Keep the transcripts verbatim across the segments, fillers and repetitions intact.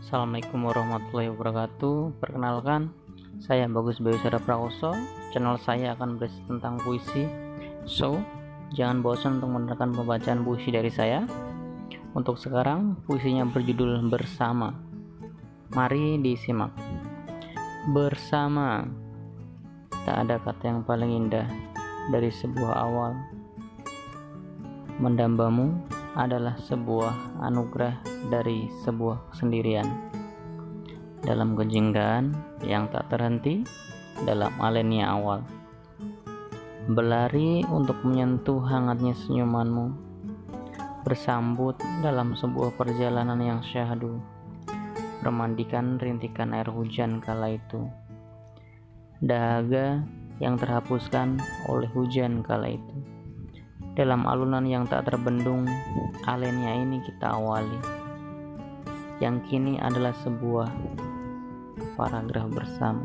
Assalamualaikum warahmatullahi wabarakatuh. Perkenalkan, saya Bagus Bayu Sada Prakoso. Channel saya akan berisi tentang puisi. So, jangan bosan untuk mendengarkan pembacaan puisi dari saya. Untuk sekarang, puisinya berjudul Bersama. Mari disimak. Bersama, tak ada kata yang paling indah dari sebuah awal. Mendambamu adalah sebuah anugerah dari sebuah kesendirian, dalam kejinggaan yang tak terhenti, dalam alenia awal, berlari untuk menyentuh hangatnya senyumanmu, bersambut dalam sebuah perjalanan yang syahdu, bermandikan rintikan air hujan kala itu, dahaga yang terhapuskan oleh hujan kala itu. Dalam alunan yang tak terbendung, alenia ini kita awali, yang kini adalah sebuah paragraf bersama.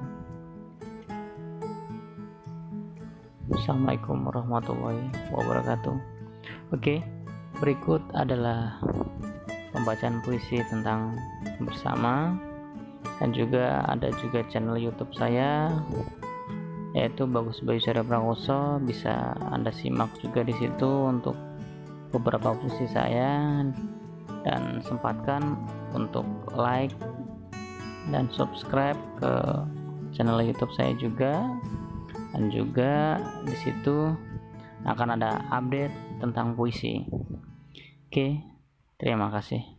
Assalamualaikum warahmatullahi wabarakatuh. Oke, berikut adalah pembacaan puisi tentang bersama, dan juga ada juga channel YouTube saya, yaitu Bagus Bayu Sada Prakoso. Bisa Anda simak juga di situ untuk beberapa puisi saya, dan sempatkan untuk like dan subscribe ke channel YouTube saya juga, dan juga di situ akan ada update tentang puisi. Oke, terima kasih.